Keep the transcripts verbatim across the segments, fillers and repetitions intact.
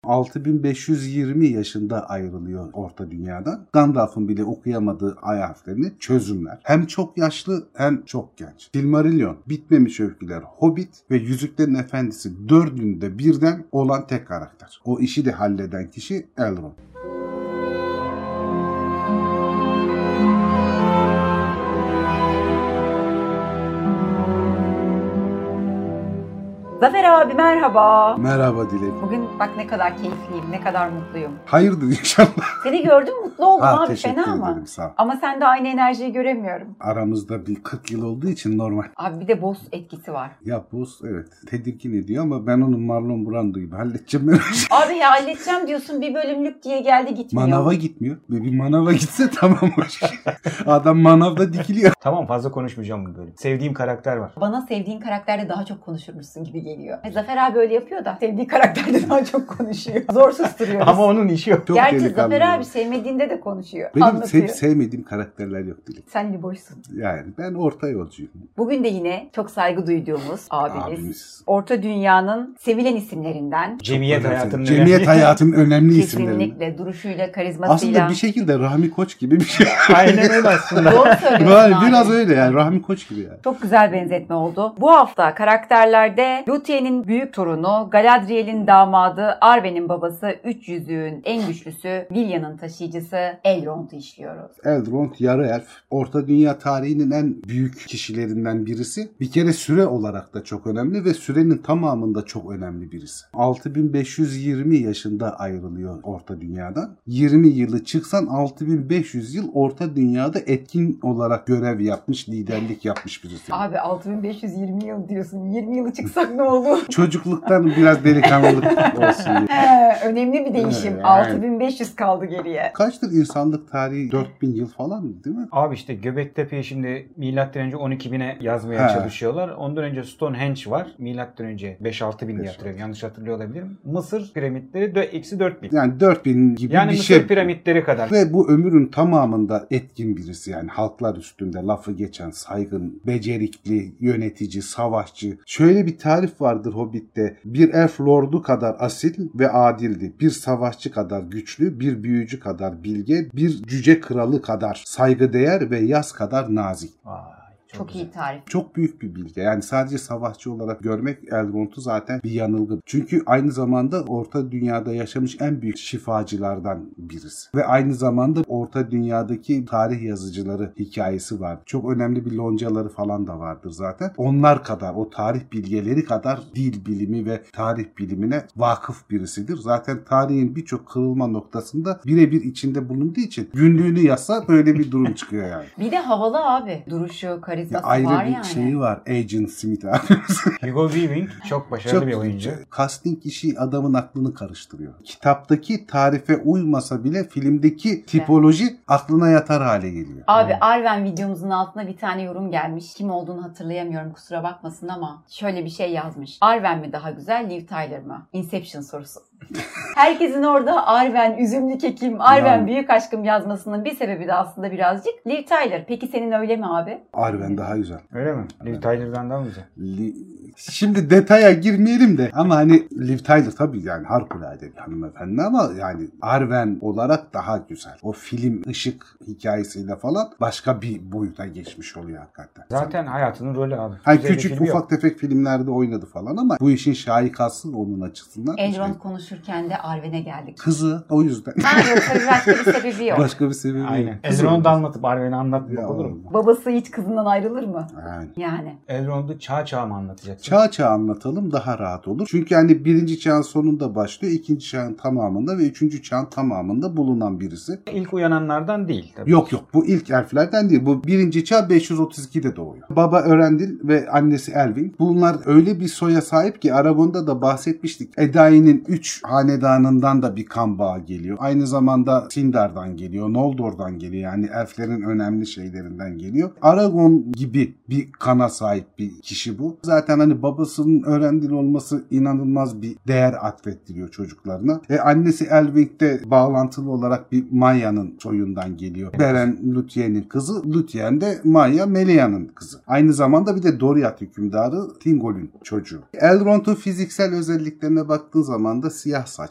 altı bin beş yüz yirmi yaşında ayrılıyor Orta Dünya'dan. Gandalf'ın bile okuyamadığı ay harflerini çözümler. Hem çok yaşlı hem çok genç. Silmarillion, Bitmemiş Öyküler, Hobbit ve Yüzüklerin Efendisi dördünde birden olan tek karakter. O işi de halleden kişi Elrond. Zafer abi merhaba. Merhaba Dilek. Bugün bak ne kadar keyifliyim, ne kadar mutluyum. Hayırdır inşallah. Seni gördüm mutlu oldum ha, abi, fena ederim, mı? Sağ ol. Ama sende aynı enerjiyi göremiyorum. Aramızda bir kırk yıl olduğu için normal. Abi bir de boss etkisi var. Ya boss evet tedirgin ediyor ama ben onu Marlon Brando gibi halledeceğim ben. Abi ya halledeceğim diyorsun, bir bölümlük diye geldi gitmiyor. Manava gitmiyor. Bir manava gitse tamam hoş. Adam manavda dikiliyor. Tamam fazla konuşmayacağım bu bölüm. Sevdiğim karakter var. Bana sevdiğin karakterde daha çok konuşurmuşsun gibi geliyor. Zafer abi öyle yapıyor da sevdiği karakterde daha çok konuşuyor. Zor susturuyoruz. Ama onun işi yok. Çok Gerçi delikanlı Zafer yani. abi sevmediğinde de konuşuyor. Benim anlatıyor. sev sevmediğim karakterler yok Dilek. Sen liboşsun. Yani ben orta yolcuyum. Bugün de yine çok saygı duyduğumuz abimiz. Abimiz. Orta Dünyanın sevilen isimlerinden. Cemiyet hayatının Cemiyet önemli. hayatının önemli isimlerinden. Kesinlikle duruşuyla, karizmasıyla. Aslında bir şekilde Rahmi Koç gibi bir şey. Aynen öyle aslında. Doğru söylüyorsun Var, abi. biraz öyle yani Rahmi Koç gibi yani. Çok güzel benzetme oldu. Bu hafta karakterlerde Lúthien'in büyük torunu, Galadriel'in damadı, Arwen'in babası, Üç Yüzüğün en güçlüsü, Lilia'nın taşıyıcısı Elrond'u işliyoruz. Elrond yarı elf. Orta Dünya tarihinin en büyük kişilerinden birisi. Bir kere süre olarak da çok önemli ve sürenin tamamında çok önemli birisi. altı bin beş yüz yirmi yaşında ayrılıyor Orta Dünya'dan. yirmi yılı çıksan altı bin beş yüz yıl Orta Dünya'da etkin olarak görev yapmış, liderlik yapmış birisi. Abi altı bin beş yüz yirmi yıl diyorsun. yirmi yılı çıksak ne olur? Çocukluktan biraz delikanlılık olsun diye. He, önemli bir değişim. Evet. altı bin beş yüz kaldı geriye. Kaçtır insanlık tarihi? dört bin yıl falan değil mi? Abi işte Göbektepe'yi şimdi milattan önce on iki bine yazmaya He. çalışıyorlar. Ondan önce Stonehenge var. Milattan önce beş altı bin diye beş hatırlıyorum. Yanlış hatırlıyor olabilirim. Mısır piramitleri de eksi dört bin. Yani dört bin gibi Yani bir Mısır şey. piramitleri kadar. Ve bu ömrün tamamında etkin birisi yani halklar üstünde lafı geçen, saygın, becerikli, yönetici, savaşçı. Şöyle bir tarif vardır Hobbit'te. Bir elf lordu kadar asil ve adildi. Bir savaşçı kadar güçlü, bir büyücü kadar bilge, bir cüce kralı kadar saygıdeğer ve yaz kadar nazik. Vay, çok, Çok güzel. iyi tarif. Çok büyük bir bilge. Yani sadece savaşçı olarak görmek Elrond'u zaten bir yanılgı. Çünkü aynı zamanda Orta Dünya'da yaşamış en büyük şifacılardan birisi. Ve aynı zamanda Orta Dünya'daki tarih yazıcıları hikayesi var. Çok önemli bir loncaları falan da vardır zaten. Onlar kadar, o tarih bilgeleri kadar dil bilimi ve tarih bilimine vakıf birisidir. Zaten tarihin birçok kırılma noktasında birebir içinde bulunduğu için günlüğünü yazsa böyle bir durum çıkıyor yani. Bir de havalı abi. Duruşu, karizması Ya ayrı var bir yani. şeyi var. Agent Smith abimiz. Hugo Weaving çok başarılı Çok bir oyuncu. casting işi adamın aklını karıştırıyor. Kitaptaki tarife uymasa bile filmdeki tipoloji aklına yatar hale geliyor. Abi Arwen videomuzun altına bir tane yorum gelmiş. Kim olduğunu hatırlayamıyorum, kusura bakmasın ama şöyle bir şey yazmış. Arwen mi daha güzel, Liv Tyler mı? Inception sorusu. Herkesin orada Arwen, üzümlü kekim, Arwen Yani. büyük aşkım yazmasının bir sebebi de aslında birazcık Liv Tyler. Peki senin öyle mi abi? Arwen daha güzel. Öyle mi? Liv Tyler'dan daha mı güzel? Li- Şimdi detaya girmeyelim de ama hani Liv Tyler tabii yani harikulade bir hanımefendi ama yani Arwen olarak daha güzel. O film ışık hikayesiyle falan başka bir boyuta geçmiş oluyor hakikaten. Zaten hayatının rolü abi. Hani Güzel bir küçük filmi ufak yok. tefek filmlerde oynadı falan ama bu işin şahikası onun açısından. Elrond işte konuşurken de Arwen'e geldik. kızı o yüzden. Ha yoksa bir başka bir sebebi yok. Başka bir sebebi Aynen. yok. Kızı Elrond'u oldu. anlatıp Arwen'i anlatmak Ya olur mu? Allah. Babası hiç kızından ayrılır mı? Yani. Yani. Elrond'u çağ çağ mı anlatacaksın? Çağ çağ anlatalım daha rahat olur. Çünkü hani birinci çağın sonunda başlıyor, ikinci çağın tamamında ve üçüncü çağın tamamında bulunan birisi. İlk uyananlardan değil tabii. Yok yok bu ilk elflerden değil. Bu birinci çağ beş yüz otuz ikide doğuyor. Baba Örendil ve annesi Elwin. Bunlar öyle bir soya sahip ki Aragon'da da bahsetmiştik. Edai'nin üç hanedanından da bir kan bağı geliyor. Aynı zamanda Sindar'dan geliyor, Noldor'dan geliyor. Yani elflerin önemli şeylerinden geliyor. Aragon gibi bir kana sahip bir kişi bu. Zaten hani babasının Örendil olması inanılmaz bir değer atfettiriyor çocuklarına. E annesi Elwing de bağlantılı olarak bir Maya'nın soyundan geliyor. Beren Lúthien'in kızı, Lúthien de Maya Melian'ın kızı. Aynı zamanda bir de Doriath hükümdarı Thingol'ün çocuğu. Elrond'un fiziksel özelliklerine baktığın zaman da siyah saçlı,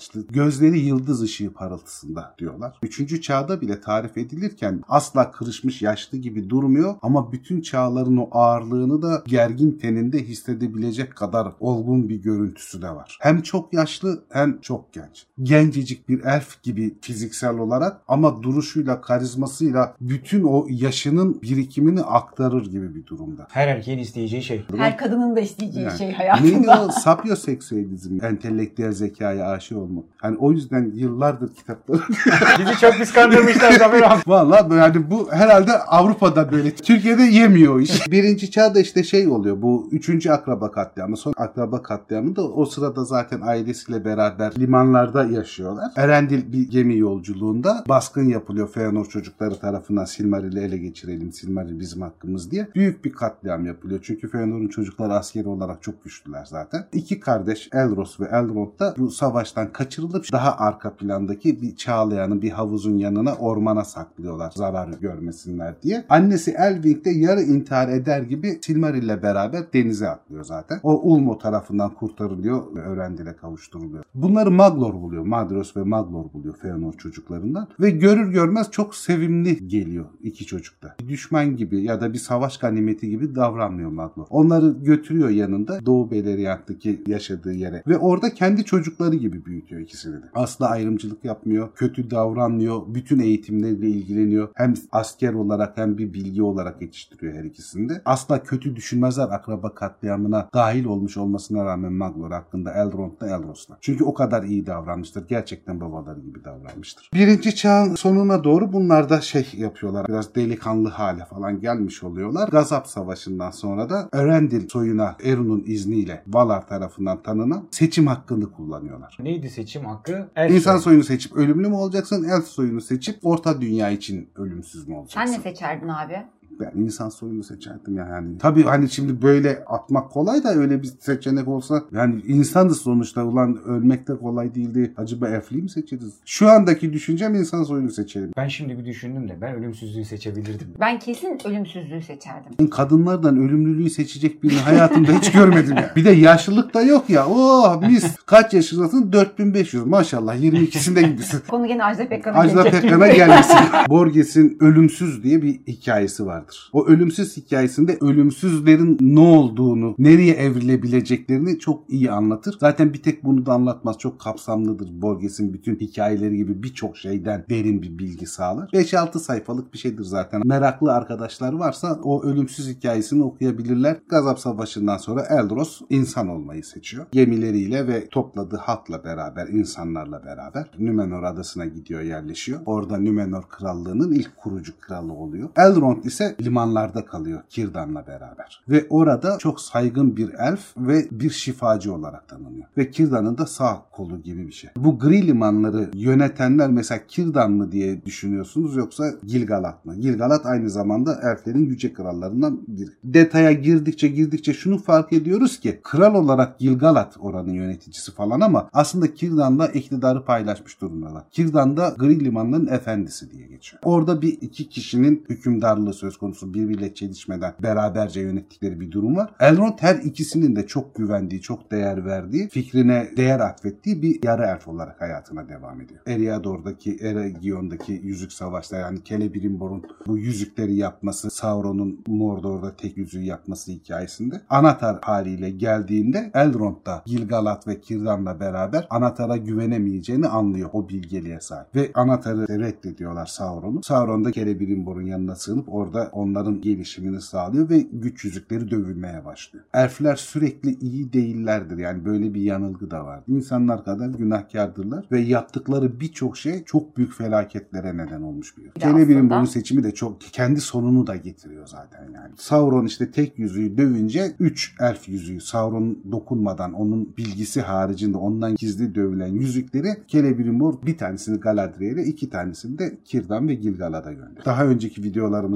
yaşlı, gözleri yıldız ışığı parıltısında diyorlar. Üçüncü çağda bile tarif edilirken asla kırışmış yaşlı gibi durmuyor ama bütün çağların o ağırlığını da gergin teninde hissedebilecek kadar olgun bir görüntüsü de var. Hem çok yaşlı hem çok genç. Gencecik bir elf gibi fiziksel olarak ama duruşuyla, karizmasıyla bütün o yaşının birikimini aktarır gibi bir durumda. Her erkeğin isteyeceği şey. Her kadının da isteyeceği Yani. şey hayatında. Neydi o? Sapyoseksüelizm, entelektüel zekaya aşık olmak. Hani o yüzden yıllardır kitaplar. Bizi çok kıskandırmışlar Zafer abi. Valla yani bu herhalde Avrupa'da böyle. Türkiye'de yemiyor o iş. Birinci çağda işte şey oluyor. Bu üçüncü akraba katliamı. Son akraba katliamı da o sırada zaten ailesiyle beraber limanlarda yaşıyorlar. Erendil bir gemi yolculuğunda baskın yapılıyor Fëanor çocukları tarafından. Silmaril'i ele geçirelim. Silmaril bizim hakkımız diye. Büyük bir katliam yapılıyor. Çünkü Fëanor'un çocukları askeri olarak çok güçlüler zaten. İki kardeş Elros ve Elrond da bu savaştan kaçırılıp daha arka plandaki bir çağlayanın, bir havuzun yanına ormana saklıyorlar zarar görmesinler diye. Annesi Elwing de yarı intihar eder gibi Silmaril'le beraber denize atlıyor zaten. O Ulmo tarafından kurtarılıyor ve Örendil'e kavuşturuluyor. Bunları Maglor buluyor. Madros ve Maglor buluyor Fëanor çocuklarından ve görür görmez çok sevimli geliyor iki çocuk da. Bir düşman gibi ya da bir savaş ganimeti gibi davranmıyor Maglor. Onları götürüyor yanında Doğu Beleriand'daki yaşadığı yere ve orada kendi çocukları gibi büyütüyor ikisini de. Asla ayrımcılık yapmıyor, kötü davranmıyor, bütün eğitimleriyle ilgileniyor. Hem asker olarak hem bir bilgi olarak yetiştiriyor her ikisini de. Asla kötü düşünmezler akraba katliamına dahil olmuş olmasına rağmen Maglor hakkında Elrond'la Elros'la. Çünkü o kadar iyi davranmıştır. Gerçekten babaları gibi davranmıştır. Birinci çağın sonuna doğru bunlar da şey yapıyorlar. Biraz delikanlı hale falan gelmiş oluyorlar. Gazap Savaşı'ndan sonra da Örendil soyuna Eru'nun izniyle Valar tarafından tanınan seçim hakkını kullanıyorlar. Neydi seçim hakkı? Elf İnsan soyu. soyunu seçip ölümlü mü olacaksın? Elf soyunu seçip Orta Dünya için ölümsüz mü olacaksın? Sen ne seçerdin abi? Ben insan soyunu seçerdim ya yani. Tabii hani şimdi böyle atmak kolay da öyle bir seçenek olsa yani insanız sonuçta ulan ölmek de kolay değildi. Acaba elfliği mi seçeriz? Şu andaki düşüncem insan soyunu seçerim. Ben şimdi bir düşündüm de ben ölümsüzlüğü seçebilirdim. Ben kesin ölümsüzlüğü seçerdim. Kadınlardan ölümlülüğü seçecek birini hayatımda hiç görmedim ya. Bir de yaşlılık da yok ya. Oh mis. Kaç yaşındasın? dört bin beş yüz. Maşallah yirmi ikisinde gibisin. Konu gene Ajda Pekkan'a Ajda gelecek. Pekkan'a gelmesin. Borges'in Ölümsüz diye bir hikayesi vardır. O ölümsüz hikayesinde ölümsüzlerin ne olduğunu, nereye evrilebileceklerini çok iyi anlatır. Zaten bir tek bunu da anlatmaz. Çok kapsamlıdır. Borges'in bütün hikayeleri gibi birçok şeyden derin bir bilgi sağlar. beş altı sayfalık bir şeydir zaten. Meraklı arkadaşlar varsa o ölümsüz hikayesini okuyabilirler. Gazap Savaşı'ndan sonra Elros insan olmayı seçiyor. Gemileriyle ve topladığı halkla beraber, insanlarla beraber Numenor adasına gidiyor, yerleşiyor. Orada Numenor krallığının ilk kurucu kralı oluyor. Elrond ise limanlarda kalıyor Círdan'la beraber. Ve orada çok saygın bir elf ve bir şifacı olarak tanınıyor. Ve Círdan'ın da sağ kolu gibi bir şey. Bu gri limanları yönetenler mesela Círdan mı diye düşünüyorsunuz yoksa Gil-galad mı? Gil-galad aynı zamanda elflerin yüce krallarından biri. Detaya girdikçe girdikçe şunu fark ediyoruz ki kral olarak Gil-galad oranın yöneticisi falan ama aslında Círdan'la iktidarı paylaşmış durumdalar. Círdan da gri limanların efendisi diye geçiyor. Orada bir iki kişinin hükümdarlığı söz konusu, birbiriyle çelişmeden beraberce yönettikleri bir durum var. Elrond her ikisinin de çok güvendiği, çok değer verdiği, fikrine değer atfettiği bir yarı elf olarak hayatına devam ediyor. Eriador'daki, Eregion'daki yüzük savaşları yani Celebrimbor'un bu yüzükleri yapması, Sauron'un Mordor'da tek yüzüğü yapması hikayesinde Anahtar haliyle geldiğinde Elrond da Gil-galad ve Círdan'la beraber Anahtar'a güvenemeyeceğini anlıyor, o bilgeliğe sahip. Ve Anahtar'ı reddediyorlar Sauron'u. Sauron da Celebrimbor'un yanına sığınıp orada onların gelişimini sağlıyor ve güç yüzükleri dövülmeye başlıyor. Elfler sürekli iyi değillerdir. Yani böyle bir yanılgı da var. İnsanlar kadar günahkardırlar ve yaptıkları birçok şey çok büyük felaketlere neden olmuş bir. Celebrimbor'un seçimi de çok kendi sonunu da getiriyor zaten yani. Sauron işte tek yüzüğü dövünce üç elf yüzüğü Sauron dokunmadan onun bilgisi haricinde ondan gizli dövülen yüzükleri Celebrimbor bir tanesini Galadriel'e, iki tanesini de Círdan ve Gil-galad'a gönderdi. Daha önceki videolarımızda bahsettiğimiz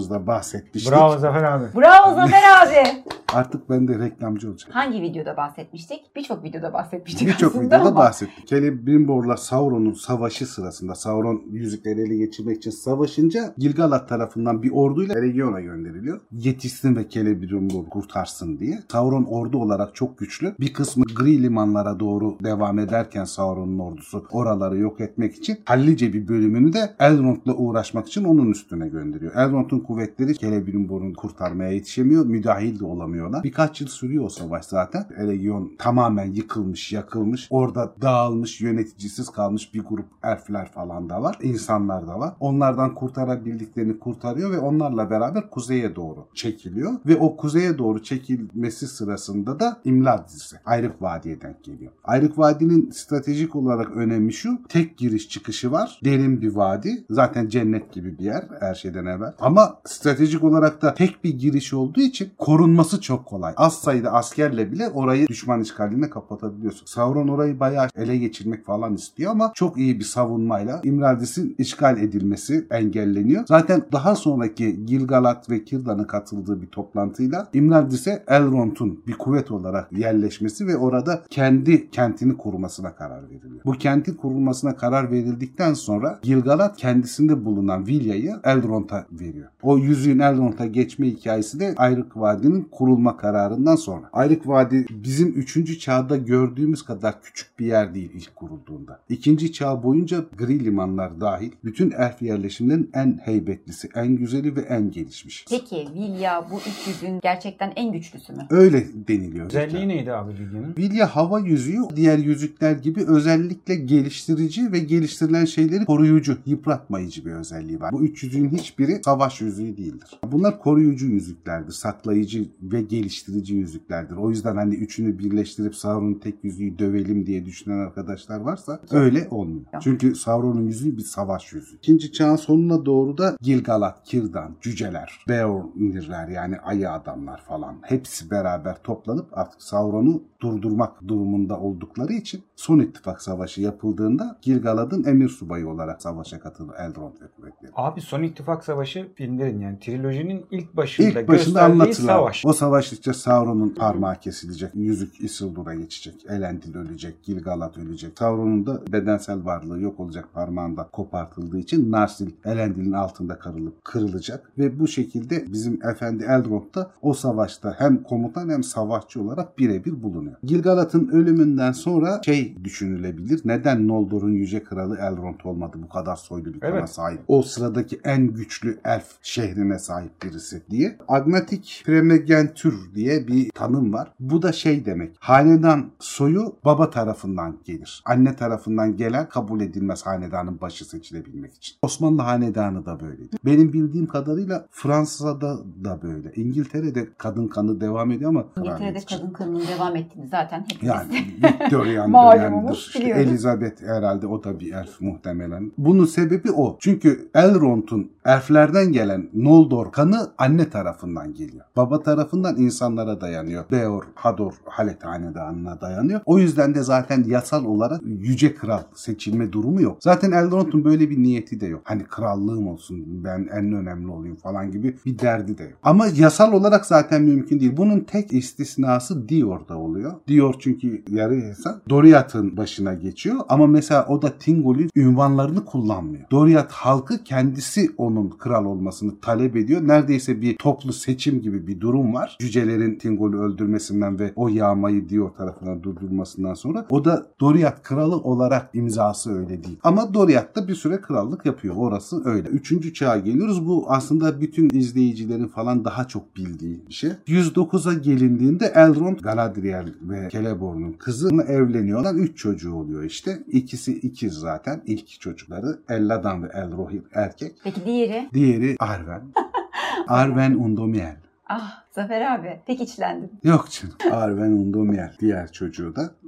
bahsetmiştik. Bravo Zafer abi. Bravo Zafer abi. Artık ben de reklamcı olacağım. Hangi videoda bahsetmiştik? Birçok videoda bahsetmiştik Birçok aslında videoda ama. bahsettik. Celebrimbor'la Sauron'un savaşı sırasında Sauron yüzükleri ele geçirmek için savaşınca Gil-galad tarafından bir orduyla Eregion'a gönderiliyor. Yetişsin ve Celebrimbor kurtarsın diye. Sauron ordu olarak çok güçlü. Bir kısmı gri limanlara doğru devam ederken Sauron'un ordusu oraları yok etmek için hallice bir bölümünü de Elrond'la uğraşmak için onun üstüne gönderiyor. Elrond'un kuvvetleri Celebrimbor'u kurtarmaya yetişemiyor. Müdahil de olamıyorlar. Birkaç yıl sürüyor o savaş zaten. Eregion tamamen yıkılmış, yakılmış. Orada dağılmış, yöneticisiz kalmış bir grup elfler falan da var. İnsanlar da var. Onlardan kurtarabildiklerini kurtarıyor ve onlarla beraber kuzeye doğru çekiliyor. Ve o kuzeye doğru çekilmesi sırasında da İmla dizisi Ayrık Vadi'ye denk geliyor. Ayrık Vadi'nin stratejik olarak önemi şu. Tek giriş çıkışı var. Derin bir vadi. Zaten cennet gibi bir yer her şeyden evvel. Ama stratejik olarak da tek bir giriş olduğu için korunması çok kolay. Az sayıda askerle bile orayı düşman işgaline kapatabiliyorsun. Sauron orayı bayağı ele geçirmek falan istiyor ama çok iyi bir savunmayla İmraldis'in işgal edilmesi engelleniyor. Zaten daha sonraki Gil-galad ve Círdan'ın katıldığı bir toplantıyla İmraldis'e Elrond'un bir kuvvet olarak yerleşmesi ve orada kendi kentini kurmasına karar veriliyor. Bu kentin kurulmasına karar verildikten sonra Gil-galad kendisinde bulunan Vilya'yı Elrond'a veriyor. O yüzüğün Elrond'a geçme hikayesi de Ayrık Vadi'nin kurulma kararından sonra. Ayrık Vadi bizim üçüncü çağda gördüğümüz kadar küçük bir yer değil ilk kurulduğunda. İkinci çağ boyunca gri limanlar dahil bütün elf yerleşimlerin en heybetlisi, en güzeli ve en gelişmiş. Peki Vilya bu üç yüzün gerçekten en güçlüsü mü? Öyle deniliyor. Özelliği neydi abi Vilya'nın? Vilya hava yüzüğü diğer yüzükler gibi özellikle geliştirici ve geliştirilen şeyleri koruyucu, yıpratmayıcı bir özelliği var. Bu üç yüzüğün hiçbiri savaş yüzüğü değildir. Bunlar koruyucu yüzüklerdir, saklayıcı ve geliştirici yüzüklerdir. O yüzden hani üçünü birleştirip Sauron'un tek yüzüğü dövelim diye düşünen arkadaşlar varsa öyle olmuyor. Çünkü Sauron'un yüzüğü bir savaş yüzüğü. İkinci çağın sonuna doğru da Gil-galad, Círdan, cüceler, Beornirler yani ayı adamlar falan hepsi beraber toplanıp artık Sauron'u durdurmak durumunda oldukları için Son İttifak Savaşı yapıldığında Gil-galad'ın emir subayı olarak savaşa katılır Elrond ve kuvvetleri. Abi Son İttifak Savaşı filmlerin yani trilojinin ilk başında İlk başında gösterdiği anlatılan savaş. o savaştıkça Sauron'un parmağı kesilecek, yüzük Isildur'a geçecek, Elendil ölecek, Gil-galad ölecek. Sauron'un da bedensel varlığı yok olacak, parmağında kopartıldığı için Narsil Elendil'in altında kırılıp kırılacak ve bu şekilde bizim efendi Elrond da o savaşta hem komutan hem savaşçı olarak birebir bulunuyor. Gil-galad'ın ölümünden sonra şey düşünülebilir. Neden Noldor'un yüce kralı Elrond olmadı, bu kadar soylu bir kana Evet. sahip? O sıradaki en güçlü elf şehrine sahip birisi diye. Agnatik Primogeniture diye bir tanım var. Bu da şey demek. Hanedan soyu baba tarafından gelir. Anne tarafından gelen kabul edilmez hanedanın başı seçilebilmek için. Osmanlı hanedanı da böyleydi. Benim bildiğim kadarıyla Fransa'da da böyle. İngiltere'de kadın kanı devam ediyor ama İngiltere'de kraliyet için. kadın kanının devam ettiğini zaten hepimiz Yani Victorian Malumumuz dönemdir. İşte biliyoruz. Elizabeth herhalde o da bir elf muhtemelen. Bunun sebebi o. Çünkü Elrond'un elflerden gelen Noldor kanı anne tarafından geliyor. Baba tarafından insanlara dayanıyor. Beor, Hador, Halet hanedanına dayanıyor. O yüzden de zaten yasal olarak yüce kral seçilme durumu yok. Zaten Elrond'un böyle bir niyeti de yok. Hani krallığım olsun, ben en önemli olayım falan gibi bir derdi de yok. Ama yasal olarak zaten mümkün değil. Bunun tek istisnası Dior'da oluyor. Dior çünkü yarı insan. Doriath'ın başına geçiyor ama mesela o da Thingol'ün ünvanlarını kullanmıyor. Doriath halkı kendisi onun kral olmasını talep ediyor. Neredeyse bir toplu seçim gibi bir durum var. Cücelerin Thingol'ü öldürmesinden ve o yağmayı Dior tarafından durdurmasından sonra o da Doriath kralı olarak imzası öyle değil. Ama Doriath da bir süre krallık yapıyor. Orası öyle. Üçüncü çağa geliyoruz. Bu aslında bütün izleyicilerin falan daha çok bildiği bir şey. yüz dokuza gelindiğinde Elrond, Galadriel ve Celeborn'un kızı evleniyorlar. Üç çocuğu oluyor işte. İkisi ikiz zaten. İlk çocukları Elladan ve Elrohir erkek. Peki diğeri? Diğeri Arwen. Arwen Undomiel. Ah Zafer abi pek içlendim. Yok canım. Arwen Undomiel diğer çocuğu da.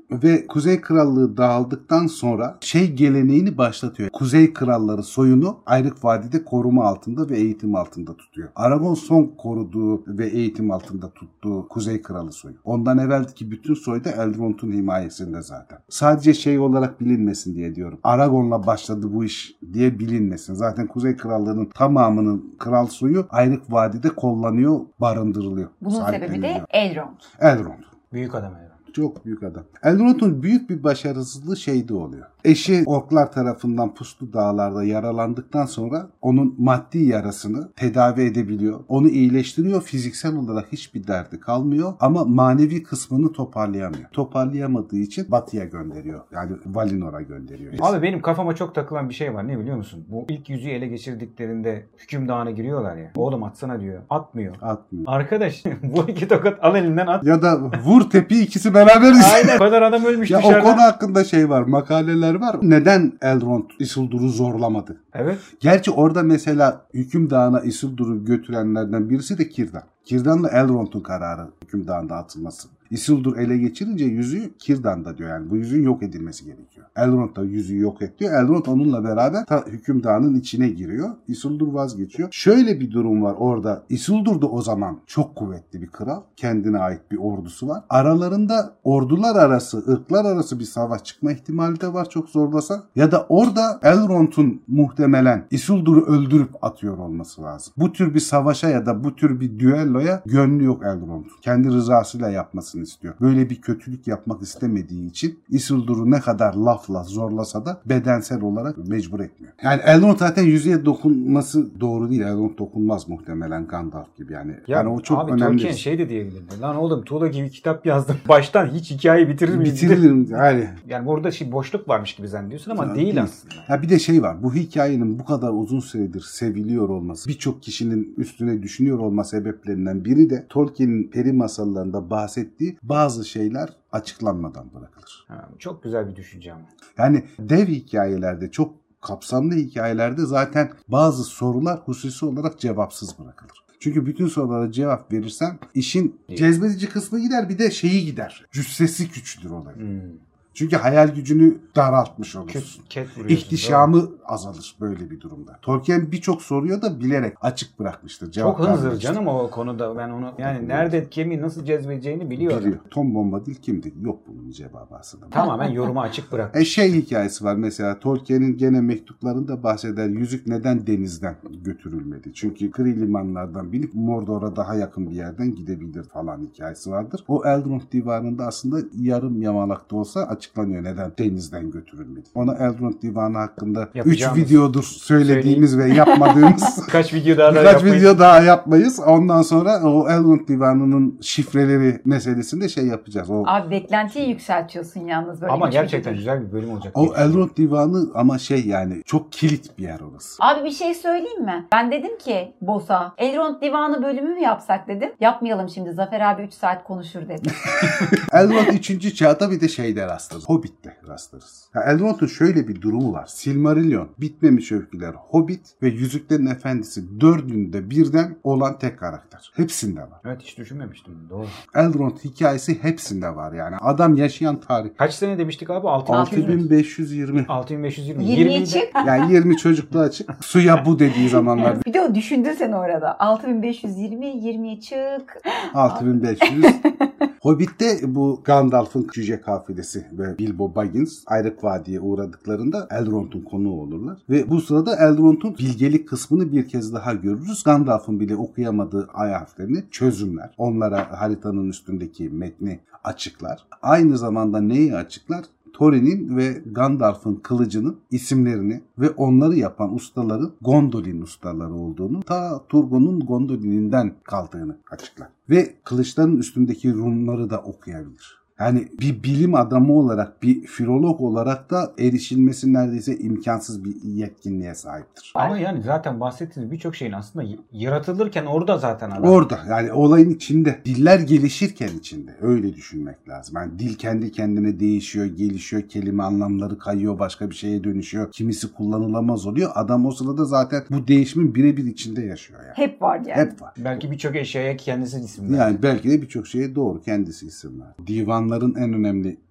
ve Kuzey Krallığı dağıldıktan sonra şey geleneğini başlatıyor. Kuzey Kralları soyunu Ayrık Vadi'de koruma altında ve eğitim altında tutuyor. Aragon son koruduğu ve eğitim altında tuttuğu Kuzey Kralı soyu. Ondan evvelki bütün soy da Elrond'un himayesinde zaten. Sadece şey olarak bilinmesin diye diyorum. Aragon'la başladı bu iş diye bilinmesin. Zaten Kuzey Krallığı'nın tamamının kral soyu Ayrık Vadi'de kollanıyor, barındırılıyor. Bunun sebebi de Elrond. Elrond. Büyük adam Elrond. Çok büyük adam. Elrond'un büyük bir başarısızlığı şeyde oluyor. Eşi orklar tarafından Puslu Dağlar'da yaralandıktan sonra onun maddi yarasını tedavi edebiliyor. Onu iyileştiriyor. Fiziksel olarak hiçbir derdi kalmıyor. Ama manevi kısmını toparlayamıyor. Toparlayamadığı için Batı'ya gönderiyor. Yani Valinor'a gönderiyor. Abi benim kafama çok takılan bir şey var. Ne biliyor musun? Bu ilk yüzüğü ele geçirdiklerinde hükümdağına giriyorlar ya. Oğlum atsana diyor. Atmıyor. Atmıyor. Arkadaş bu iki tokat al elinden at. Ya da vur tepi ikisi beraberiz. Aynen. O kadar adam ölmüş Ya dışarıda. o konu hakkında şey var, makaleler var. Neden Elrond Isildur'u zorlamadı? Evet. Gerçi orada mesela Hükümdağı'na Isildur'u götürenlerden birisi de Círdan. Círdan'la Elrond'un kararı Hükümdağı'nda atılması. Isildur ele geçirince yüzüğü Círdan'da diyor, yani bu yüzüğün yok edilmesi gerekiyor. Elrond da yüzüğü yok ediyor. Elrond onunla beraber ta Hükümdağı'nın içine giriyor. Isildur vazgeçiyor. Şöyle bir durum var orada. Isildur da o zaman çok kuvvetli bir kral. Kendine ait bir ordusu var. Aralarında ordular arası, ırklar arası bir savaş çıkma ihtimali de var çok zorlasa. Ya da orada Elrond'un muhtemelen Isildur'u öldürüp atıyor olması lazım. Bu tür bir savaşa ya da bu tür bir düelloya gönlü yok Elrond'un. Kendi rızasıyla yapmasını istiyor. Böyle bir kötülük yapmak istemediği için Isildur'u ne kadar lafla zorlasa da bedensel olarak mecbur etmiyor. Yani Elrond zaten yüzüğe dokunması doğru değil. Elrond dokunmaz muhtemelen Gandalf gibi yani. Ya yani o çok abi önemli. Tolkien şey de diyebilirdi. Lan oğlum tuğla gibi kitap yazdım. Baştan hiç hikayeyi bitirir miyim? Bitiririm yani. Yani burada şey boşluk varmış gibi zannediyorsun ama Ya, değil, değil aslında. Ya bir de şey var. Bu hikayenin bu kadar uzun süredir seviliyor olması, birçok kişinin üstüne düşünüyor olma sebeplerinden biri de Tolkien'in peri masallarında bahsettiği bazı şeyler açıklanmadan bırakılır. Ha, çok güzel bir düşünce ama. Yani dev hikayelerde, çok kapsamlı hikayelerde zaten bazı sorular hususi olarak cevapsız bırakılır. Çünkü bütün sorulara cevap verirsen işin cezbedici kısmı gider, bir de şeyi gider. Cüssesi küçülür olay. Hmm. Çünkü hayal gücünü daraltmış olursun. İhtişamı azalır böyle bir durumda. Tolkien birçok soruyu da bilerek açık bırakmıştır. Çok hınzır canım o konuda. Ben onu yani evet. Nerede kimi nasıl cezbedeceğini biliyorum. Biliyor. Tom Bombadil kimdi? Yok bunun cevabı aslında. Tamamen yoruma açık bırak. E şey hikayesi var mesela, Tolkien'in gene mektuplarında bahseder. Yüzük neden denizden götürülmedi? Çünkü kıyı limanlardan binip Mordor'a daha yakın bir yerden gidebilir falan hikayesi vardır. O Elrond Divanı'nda aslında yarım yamalakta olsa açıklanıyor neden denizden götürülmedi. Ona Elrond Divanı hakkında üç videodur söylediğimiz Söyleyeyim. ve yapmadığımız kaç video daha, daha birkaç yapmayız. video daha yapmayız. Ondan sonra o Elrond Divanı'nın şifreleri meselesinde şey yapacağız. O... Abi beklentiyi yükseltiyorsun yalnız böyle. Ama gerçekten video. Güzel bir bölüm olacak. O Elrond Divanı ama şey yani çok kilit bir yer orası. Abi bir şey söyleyeyim mi? Ben dedim ki Boss'a Elrond Divanı bölümü mü yapsak dedim. Yapmayalım şimdi. Zafer abi üç saat konuşur dedi. Elrond üçüncü çağda bir de şeyde rastlarız. Hobbit'te rastlarız. Ya Elrond'un şöyle bir durumu var. Silmarillion, Bitmemiş Öyküler, Hobbit ve Yüzüklerin Efendisi dördünde birden olan tek karakter. Hepsinde var. Evet, hiç düşünmemiştim. Doğru. Elrond hikayesi hepsinde var yani. Adam yaşayan tarih. Kaç sene demiştik abi? altı bin beş yüz yirmi. altı bin beş yüz yirmi. yirmiye çık. Yani yirmi çocukluğa çık. Suya bu dediği zamanlar. Bir de o düşündün sen orada. altı bin beş yüz yirmi, yirmiye çık. altı bin beş yüz. Hobbit'te bu Gandalf'ın cüce kafilesi ve Bilbo Baggins Ayrık Vadi'ye uğradıklarında Elrond'un konuğu olurlar. Ve bu sırada Elrond'un bilgelik kısmını bir kez daha görürüz. Gandalf'ın bile okuyamadığı ay harflerini çözümler. Onlara haritanın üstündeki metni açıklar. Aynı zamanda neyi açıklar? Thorin'in ve Gandalf'ın kılıcının isimlerini ve onları yapan ustaların Gondolin ustaları olduğunu, ta Turgon'un Gondolin'inden kaldığını açıklar. Ve kılıçların üstündeki runları da okuyabilir. Yani bir bilim adamı olarak, bir filolog olarak da erişilmesi neredeyse imkansız bir yetkinliğe sahiptir. Ama yani zaten bahsettiğiniz birçok şeyin aslında yaratılırken orada zaten adam. Orada yani olayın içinde. Diller gelişirken içinde. Öyle düşünmek lazım. Yani dil kendi kendine değişiyor, gelişiyor, kelime anlamları kayıyor, başka bir şeye dönüşüyor. Kimisi kullanılamaz oluyor. Adam o sırada zaten bu değişimin birebir içinde yaşıyor yani. Hep var yani. Hep var. Belki birçok eşyaya kendisi isim verdi. Yani belki de birçok şeye doğru kendisi isim verdi. Divan en önemli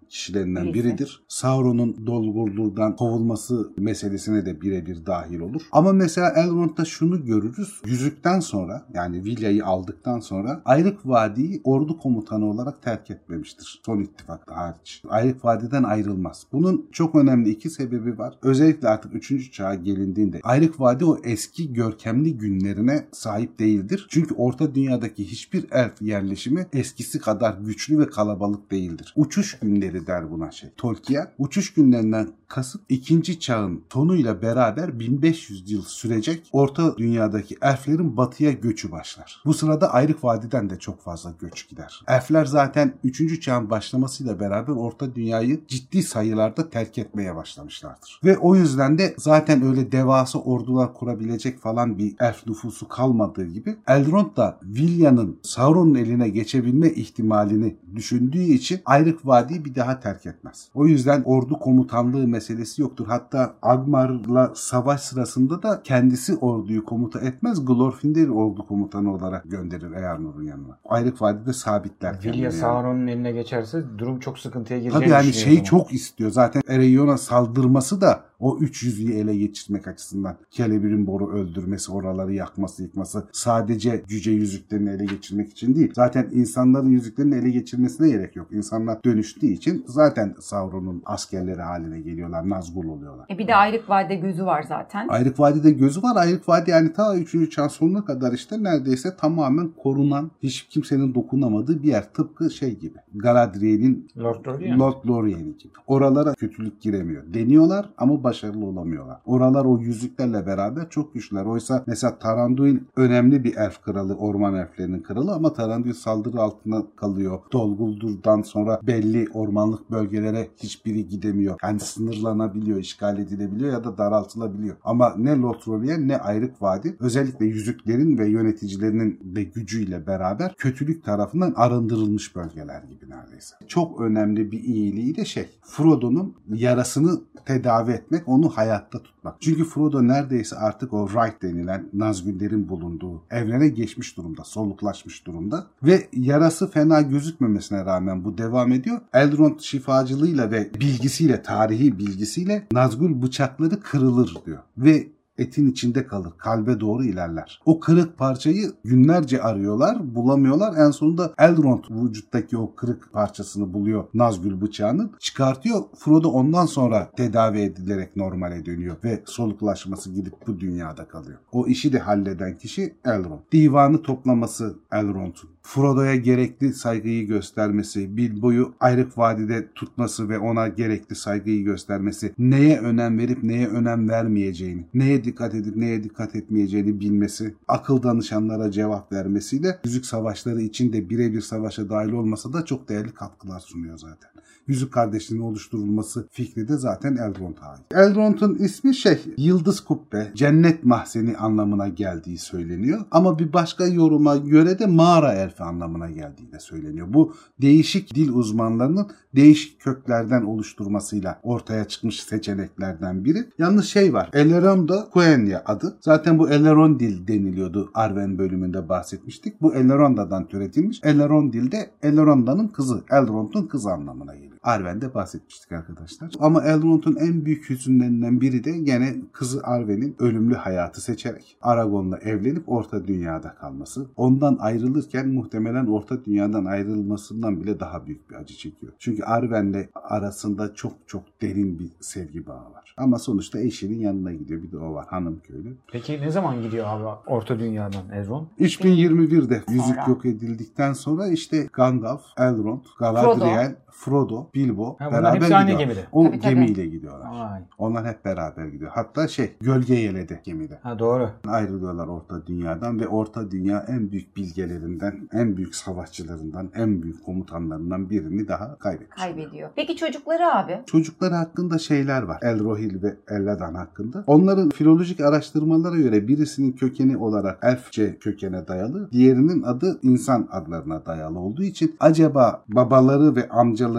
kişilerinden Birisi. biridir. Sauron'un Dol Guldur kovulması meselesine de birebir dahil olur. Ama mesela Elrond'da şunu görürüz. Yüzükten sonra, yani Vilya'yı aldıktan sonra Ayrık Vadi'yi ordu komutanı olarak terk etmemiştir. Son ittifakta hariç. Ayrık Vadi'den ayrılmaz. Bunun çok önemli iki sebebi var. Özellikle artık üçüncü çağa gelindiğinde Ayrık Vadi o eski görkemli günlerine sahip değildir. Çünkü Orta Dünya'daki hiçbir elf yerleşimi eskisi kadar güçlü ve kalabalık değildir. Uçuş günleri der buna şey. Tolkien uçuş günlerinden kasıt ikinci çağın sonuyla beraber bin beş yüz yıl sürecek Orta Dünya'daki elflerin batıya göçü başlar. Bu sırada Ayrık Vadi'den de çok fazla göç gider. Elfler zaten üçüncü çağın başlamasıyla beraber Orta Dünya'yı ciddi sayılarda terk etmeye başlamışlardır. Ve o yüzden de zaten öyle devasa ordular kurabilecek falan bir elf nüfusu kalmadığı gibi Elrond da Vilya'nın Sauron'un eline geçebilme ihtimalini düşündüğü için Ayrık Vadi'yi bir daha terk etmez. O yüzden ordu komutanlığı meselesi yoktur. Hatta Angmar'la savaş sırasında da kendisi orduyu komuta etmez. Glorfindel'i ordu komutanı olarak gönderir Eärnur'un yanına. Ayrık Vadi'de sabitler. Vilya Sauron'un eline geçerse durum çok sıkıntıya gireceğini Tabii yani düşünüyor. şeyi çok istiyor. Zaten Ereion'a saldırması da o üç yüzlüğü ele geçirmek açısından. Celebrimbor'u öldürmesi, oraları yakması, yıkması sadece cüce yüzüklerini ele geçirmek için değil. Zaten insanların yüzüklerini ele geçirmesine gerek yok. İnsanlar dönüştüğü için zaten Sauron'un askerleri haline geliyorlar. Nazgul oluyorlar. E bir de Ayrık Vadi'de gözü var zaten. Ayrık Vadi'de gözü var. Ayrık Vadi yani ta üçüncü çağ sonuna kadar işte neredeyse tamamen korunan, hiç kimsenin dokunamadığı bir yer. Tıpkı şey gibi. Galadriel'in Lord Lorien. Lord Lorien gibi. Oralara kötülük giremiyor. Deniyorlar ama başarılı olamıyorlar. Oralar o yüzüklerle beraber çok güçlüler. Oysa mesela Taranduil önemli bir elf kralı, orman elflerinin kralı ama Taranduil saldırı altında kalıyor. Dol Guldur'dan sonra belli ormanlık bölgelere hiçbiri gidemiyor. Yani sınırlanabiliyor, işgal edilebiliyor ya da daraltılabiliyor. Ama ne Lord Lorien ne Ayrık Vadi özellikle yüzüklerin ve yöneticilerinin de gücüyle beraber kötülük tarafından arındırılmış bölgeler gibi neredeyse. Çok önemli bir iyiliği de şey, Frodo'nun yarasını tedavi etmek, onu hayatta tutmak. Çünkü Frodo neredeyse artık o Right denilen Nazgûllerin bulunduğu evrene geçmiş durumda, soluklaşmış durumda ve yarası fena gözükmemesine rağmen bu devam ediyor. Elrond şifacılığıyla ve bilgisiyle, tarihi bilgisiyle Nazgûl bıçakları kırılır diyor ve etin içinde kalır. Kalbe doğru ilerler. O kırık parçayı günlerce arıyorlar. Bulamıyorlar. En sonunda Elrond vücuttaki o kırık parçasını buluyor. Nazgûl bıçağını çıkartıyor. Frodo ondan sonra tedavi edilerek normale dönüyor. Ve soluklaşması gidip bu dünyada kalıyor. O işi de halleden kişi Elrond. Divanı toplaması Elrond'un. Frodo'ya gerekli saygıyı göstermesi, Bilbo'yu Ayrık Vadi'de tutması ve ona gerekli saygıyı göstermesi, neye önem verip neye önem vermeyeceğini, neye dikkat edip neye dikkat etmeyeceğini bilmesi, akıl danışanlara cevap vermesiyle Yüzük Savaşları için de birebir savaşa dahil olmasa da çok değerli katkılar sunuyor zaten. Yüzük Kardeşliği'nin oluşturulması fikri de zaten Elrond'a ait. Elrond'un ismi şey, Yıldız Kubbe, Cennet Mahzeni anlamına geldiği söyleniyor. Ama bir başka yoruma göre de mağara elfi anlamına geldiği de söyleniyor. Bu değişik dil uzmanlarının değişik köklerden oluşturmasıyla ortaya çıkmış seçeneklerden biri. Yalnız şey var, Elrond'a Quenya adı. Zaten bu Elrondil deniliyordu. Arwen bölümünde bahsetmiştik. Bu Elronda'dan türetilmiş. Elrondil de Elronda'nın kızı, Elrond'un kızı anlamına geliyor. Arwen'de bahsetmiştik arkadaşlar. Ama Elrond'un en büyük hüzünlerinden biri de gene kızı Arwen'in ölümlü hayatı seçerek Aragorn'la evlenip Orta Dünya'da kalması. Ondan ayrılırken muhtemelen Orta Dünya'dan ayrılmasından bile daha büyük bir acı çekiyor. Çünkü Arwen'le arasında çok çok derin bir sevgi bağı var. Ama sonuçta eşinin yanına gidiyor. Bir de o var, hanım köylü. Peki ne zaman gidiyor abi Orta Dünya'dan Elrond? üç bin yirmi birde Sonra. yüzük yok edildikten sonra işte Gandalf, Elrond, Galadriel, Frodo, Bilbo Ha, bunlar beraber hepsi aynı gidiyor. gemide. O Tabii, tabii. gemiyle gidiyorlar. Vay. Onlar hep beraber gidiyor. Hatta şey, Gölge Yele'de gemide. Ha doğru. Ayrılıyorlar Orta Dünya'dan ve Orta Dünya en büyük bilgelerinden, en büyük savaşçılarından, en büyük komutanlarından birini daha kaybetmiş. Kaybediyor. Peki çocukları abi? Çocukları hakkında şeyler var. Elrohil ve Elladan hakkında. Onların filolojik araştırmalara göre birisinin kökeni olarak Elfçe kökene dayalı, diğerinin adı insan adlarına dayalı olduğu için acaba babaları ve amcaları gibi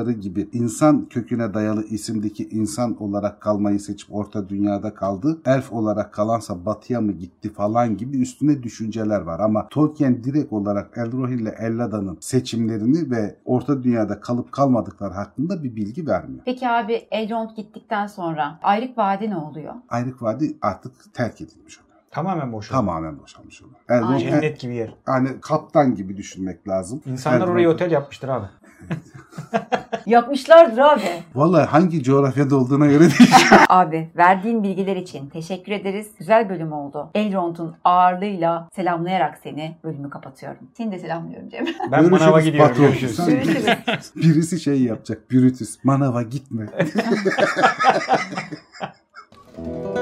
e, insan köküne dayalı isimdeki insan olarak kalmayı seçip orta dünyada kaldı. Elf olarak kalansa batıya mı gitti falan gibi üstüne düşünceler var. Ama Tolkien direkt olarak Elrohir ile Ellada'nın seçimlerini ve orta dünyada kalıp kalmadıkları hakkında bir bilgi vermiyor. Peki abi Elrond gittikten sonra Ayrık Vadi ne oluyor? Ayrık Vadi artık terk edilmiş oluyor. Tamamen boş. Tamamen boşalmış oluyor. Elrond, Cennet gibi yer. yani kaptan gibi düşünmek lazım. İnsanlar Elrond, oraya otel yapmıştır abi. Yapmışlardır abi. Vallahi hangi coğrafyada olduğuna göre değişiyor. Abi verdiğin bilgiler için teşekkür ederiz. Güzel bölüm oldu. Elrond'un ağırlığıyla selamlayarak seni bölümü kapatıyorum. Seni de selamlıyorum Cem. Ben Görüşürüz manava gidiyorum. patron. Görüşürüz. Sen- Görüşürüz. Birisi şey yapacak. Brutus. Manava gitme.